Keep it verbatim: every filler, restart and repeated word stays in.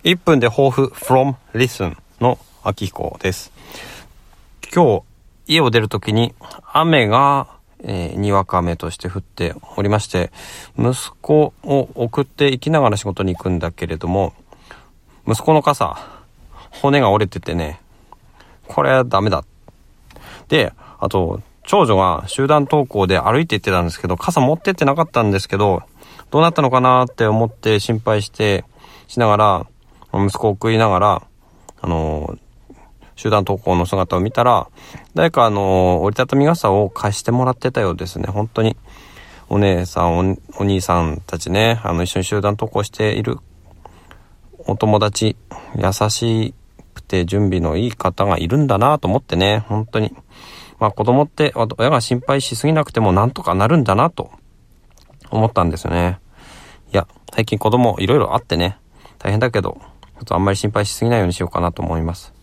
いっぷんで抱負 from listen の秋彦です。今日家を出るときに雨が、えー、にわか雨として降っておりまして、息子を送って行きながら仕事に行くんだけれども、息子の傘骨が折れててね、これはダメだ。で、あと長女が集団登校で歩いて行ってたんですけど、傘持ってってなかったんですけど、どうなったのかなって思って心配してしながら、息子を送りながら、あのー、集団登校の姿を見たら、誰かあのー、折りたたみ傘を貸してもらってたようですね。本当にお姉さん お, お兄さんたちね、あの一緒に集団登校しているお友達、優しくて準備のいい方がいるんだなと思ってね、本当に。まあ子供って親が心配しすぎなくてもなんとかなるんだなと思ったんですよね。いや、最近子供いろいろあってね、大変だけど、ちょっとあんまり心配しすぎないようにしようかなと思います。